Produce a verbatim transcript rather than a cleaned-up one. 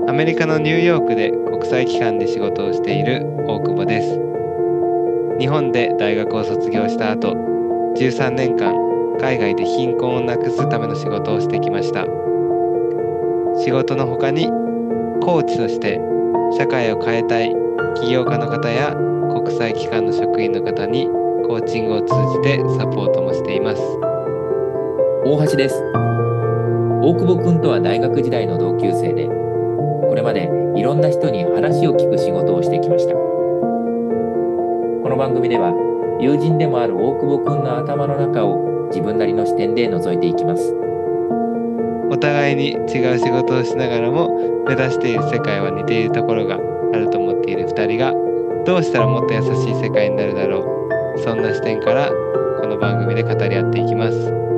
アメリカのニューヨークで国際機関で仕事をしている大久保です。日本で大学を卒業した後、じゅうさんねんかん海外で貧困をなくすための仕事をしてきました。仕事の他にコーチとして社会を変えたい起業家の方や国際機関の職員の方にコーチングを通じてサポートもしています。 大橋です。大久保くんとは大学時代の同級生で、これまでいろんな人に話を聞く仕事をしてきました。この番組では友人でもある大久保くんの頭の中を自分なりの視点で覗いていきます。 お互いに違う仕事をしながらも目指している世界は似ているところがあると思っているふたりが、どうしたらもっと優しい世界になるだろう、そんな視点からこの番組で語り合っていきます。